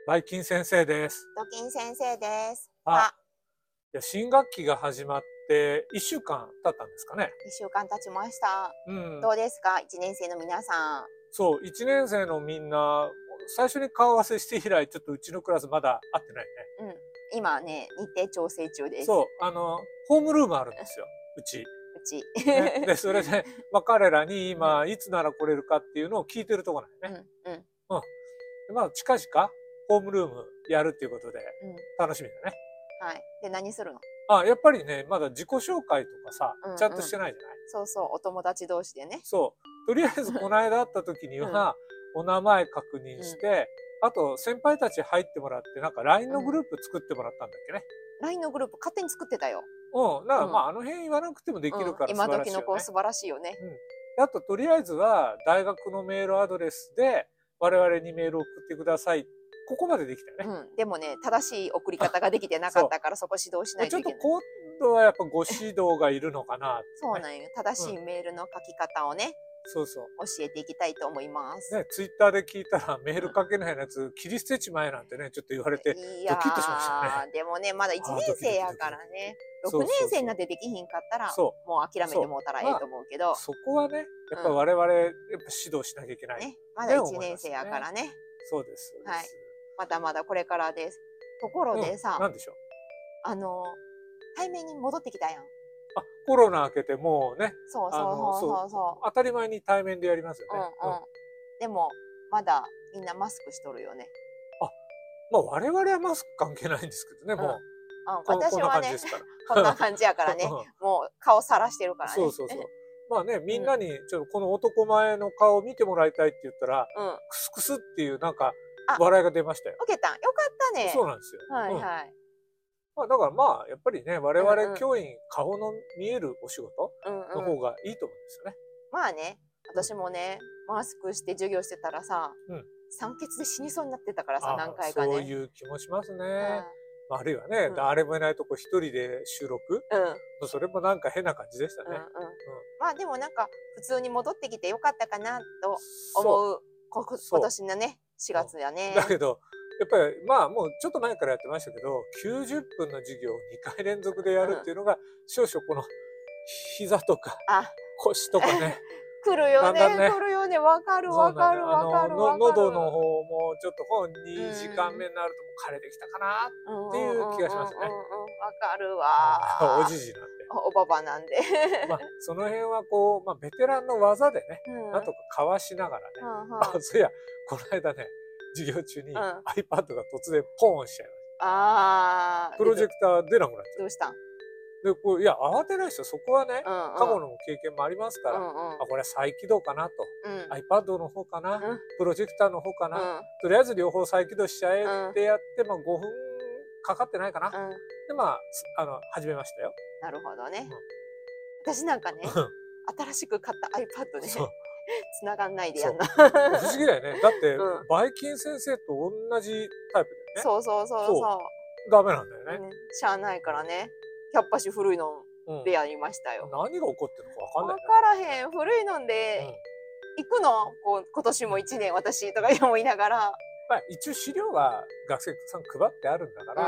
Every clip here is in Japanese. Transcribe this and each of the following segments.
バイキン先生です。 ドキン先生です。 いや新学期が始まって1週間経ったんですかね。 1週間経ちました。 うん。 どうですか ?1 年生の皆さん。 そう、1年生のみんな、最初に顔合わせして以来、ちょっとうちのクラスまだ会ってないね。 うん。今ね、日程調整中です。 そう、ホームルームあるんですよ、うち。 うち。 ね、で、それで、彼らに今、いつなら来れるかっていうのを聞いてるところなんね。うん。で近々、ホームルームやるっていうことで、楽しみだね。 はい。で、何するの？ やっぱりね、まだ自己紹介とかさ、ちゃんとしてないじゃない。 そうそう、お友達同士でね。 そう。とりあえずこの間会った時には、お名前確認して、あと先輩たち入ってもらって、なんか LINE のグループ作ってもらったんだっけね。 LINE のグループ勝手に作ってたよ。 だからまああの辺言わなくてもできるから素晴らしいよね。 今時の子素晴らしいよね。 あととりあえずは大学のメールアドレスで我々にメールを送ってください。ここまでできたよね。 でもね、正しい送り方ができてなかったからそこ指導しないといけない。 ちょっと今度はやっぱご指導がいるのかな、 そうなんよ。正しいメールの書き方をね、 そうそう。 教えていきたいと思います。 ね、ツイッターで聞いたらメールかけないやつ、切り捨てちまえなんてね、ちょっと言われて、ドキッとしましたね。 でもね、まだ1年生やからね、6年生になってできひんかったら、もう諦めてもうたらええと思うけど。 そこはね、やっぱ我々、やっぱ指導しなきゃいけない。 ね、まだ1年生やからね。 そうです。 はい。まだまだこれからです。ところでさ、 なんでしょう。 対面に戻ってきたやん。 コロナ明けてもうね、 そうそう。 当たり前に対面でやりますよね。 でも、まだみんなマスクしとるよね。 まあ我々はマスク関係ないんですけどね、もう。 私はね、こんな感じやからね、もう顔さらしてるからね。 そう。まあね、みんなに、ちょっとこの男前の顔を見てもらいたいって言ったら、クスクスっていうなんか、笑いが出ましたよ。 受けたんよかったね。 そうなんですよ。 はいはい。 だからまあ、やっぱりね、我々教員、顔の見えるお仕事の方がいいと思うんですよね。 まあね、私もね、マスクして授業してたらさ、酸欠で死にそうになってたからさ、何回かね。 そういう気もしますね。あるいはね、誰もいないとこ一人で収録、それもなんか変な感じでしたね。 まあでもなんか普通に戻ってきてよかったかなと思う今年のね4月やね。 だけどやっぱりまあもうちょっと前からやってましたけど、90分の授業を2回連続でやるっていうのが少々この膝とか腰とかね来るよね、来るよね、わかる。 喉の方もちょっと2時間目になるともう枯れてきたかなっていう気がしますね。 わかるわ。 おじじなんで。 おばばなんで。 まあその辺はこう、ベテランの技でね、なんとかかわしながらね。そういや、この間ね、授業中に iPad が突然ポーンしちゃいました。プロジェクター出なくなっちゃう。 どうしたん？ で、いや、慌てないですよ。そこはね、過去の経験もありますから、これ再起動かなと。iPad の方かな、プロジェクターの方かな、とりあえず両方再起動しちゃえってやって、5分かかってないかな。で、始めましたよ。 なるほどね。私なんかね、新しく買った iPad ね、繋がんないでやんな。 不思議だよね。だって、バイキン先生と同じタイプだよね。 そう。 ダメなんだよね。 しゃあないからね。100橋古いのでやりましたよ。 何が起こってるのか分かんない。 分からへん。古いので、行くの今年も1年私とか思いながら。 一応資料は学生さん配ってあるんだから、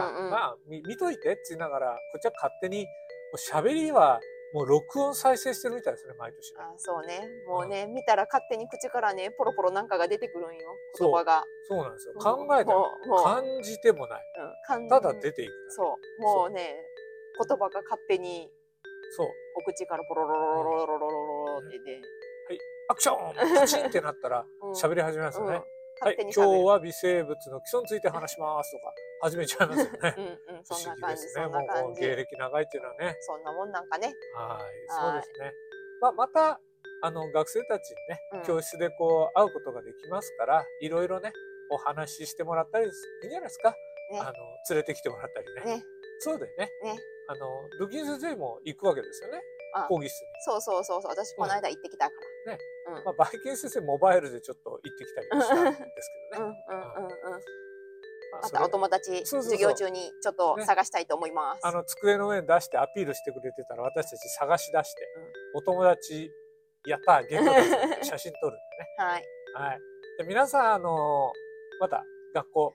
見といてって言いながら、こっちは勝手に、喋りはもう録音再生してるみたいですね、毎年。 そうね。もうね、見たら勝手に口からね、ポロポロなんかが出てくるんよ。言葉が。 そうなんですよ。考えても感じてもない。ただ出ていく。 そう。もうね、言葉が勝手に、お口からポロロロロロロロロってで。 はい、アクションパチンってなったら喋り始めますよね。はい、今日は微生物の基礎について話しますとか始めちゃいますよね。 そんな感じ、 そんな感じ。芸歴長いっていうのはね。 そんなもんなんかね。 はい、そうですね。また学生たちにね、教室でこう会うことができますから、いろいろねお話ししてもらったりいいんじゃないですか。連れてきてもらったりね。そうだよね。ドキン先生も行くわけですよね。講義室に。 そう。私この間行ってきたから。 ね。バイキン先生モバイルでちょっと行ってきたりもしたんですけどね。 またお友達授業中にちょっと探したいと思います。 机の上に出してアピールしてくれてたら、私たち探し出して、お友達やったーゲットだ写真撮るんでね。はい。で皆さんまた学校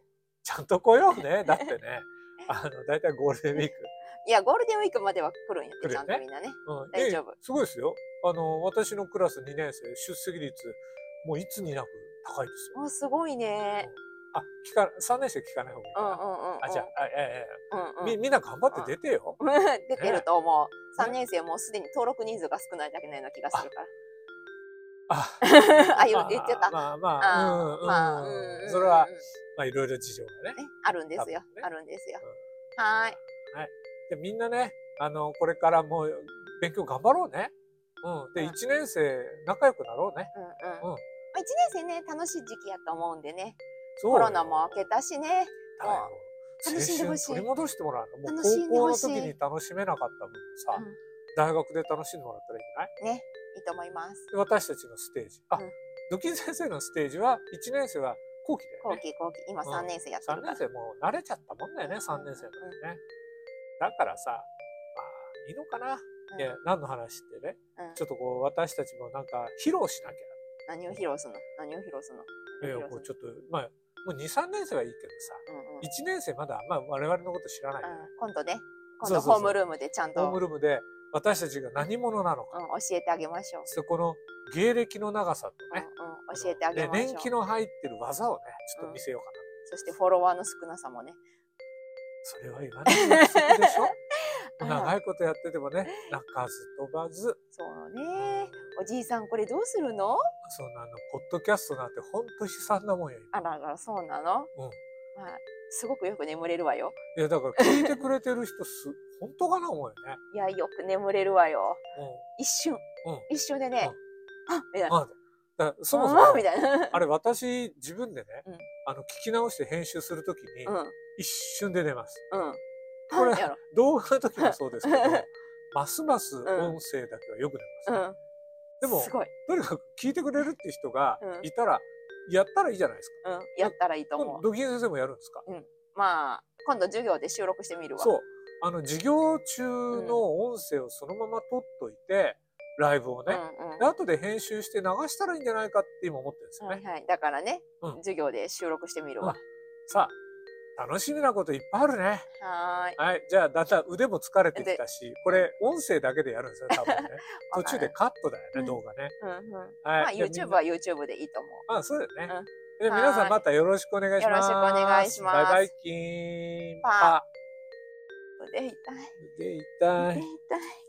ちゃんと来ようね。だってね、だいたいゴールデンウィーク。 いや、ゴールデンウィークまでは来るんやって、ちゃ来るよね。 んとみんなね。 うん。 大丈夫。 すごいですよ。私のクラス2年生、出席率、もういつになく高いですよ。 あ、すごいね。 あ、3年生聞かない方がいいかな。あ、じゃあ、みんな頑張って出てよ。 出てると思う。3年生もうすでに登録人数が少ないだけのような気がするから。 あ、 あ、言ってた。 それは、いろいろ事情がね。 あるんですよ。あるんですよ。はい。 はい。で、みんなね、これからもう勉強頑張ろうね。で、1年生仲良くなろうね。 1年生ね、楽しい時期やと思うんでね。コロナも明けたしね。 楽しんでほしい。取り戻してもらうの。もう高校の時に楽しめなかった分さ、大学で楽しんでもらったらいいんじゃない？ ね、いいと思います。 私たちのステージ。ドキン先生のステージは、1年生は後期だよね。 後期。今3年生やってるから。 3年生もう慣れちゃったもんだよね、3年生の時ね。だからさ、いいのかな。いや、何の話ってね。ちょっとこう、私たちもなんか、披露しなきゃ。 何を披露するの？ いや、こうちょっと、もう2、3年生はいいけどさ、1年生まだ我々のこと知らない。 今度ホームルームでちゃんと。 ホームルームで、私たちが何者なのか。 教えてあげましょう。 そこの芸歴の長さとね、 教えてあげましょう。 年季の入ってる技をね、ちょっと見せようかな。 そしてフォロワーの少なさもね。 それは言わない約束でしょ。長いことやっててもね、鳴かず飛ばず。 そうね。おじいさんこれどうするの？ そうなの。ポッドキャストなんてほんと悲惨なもんよ。 あらら、そうなの？すごくよく眠れるわよ。 いや、だから聞いてくれてる人本当かな思うよね。 いや、よく眠れるわよ。一瞬でね、みたいな。 そもそも、 みたいな。 あれ私自分でね、聞き直して編集するときに、一瞬で寝ます。これ、動画の時もそうですけど、ますます音声だけはよく寝ます。でも、とにかく聞いてくれるって人がいたら、やったらいいじゃないですか。 やったらいいと思う。 ドキン先生もやるんですか？ まあ、今度授業で収録してみるわ。 そう。授業中の音声をそのまま撮っといて、ライブをね。後で編集して流したらいいんじゃないかって今思ってるんですよね。 だからね、授業で収録してみるわ。 さあ、楽しみなこといっぱいあるね。はい。じゃあ、だんだん腕も疲れてきたし、これ、音声だけでやるんですよ、多分ね。途中でカットだよね、動画ね。 はい。YouTube は YouTube でいいと思う。 そうだよね。皆さんまたよろしくお願いします。 よろしくお願いします。 バイバイキーン。 パー。腕痛い。 腕痛い。 腕痛い。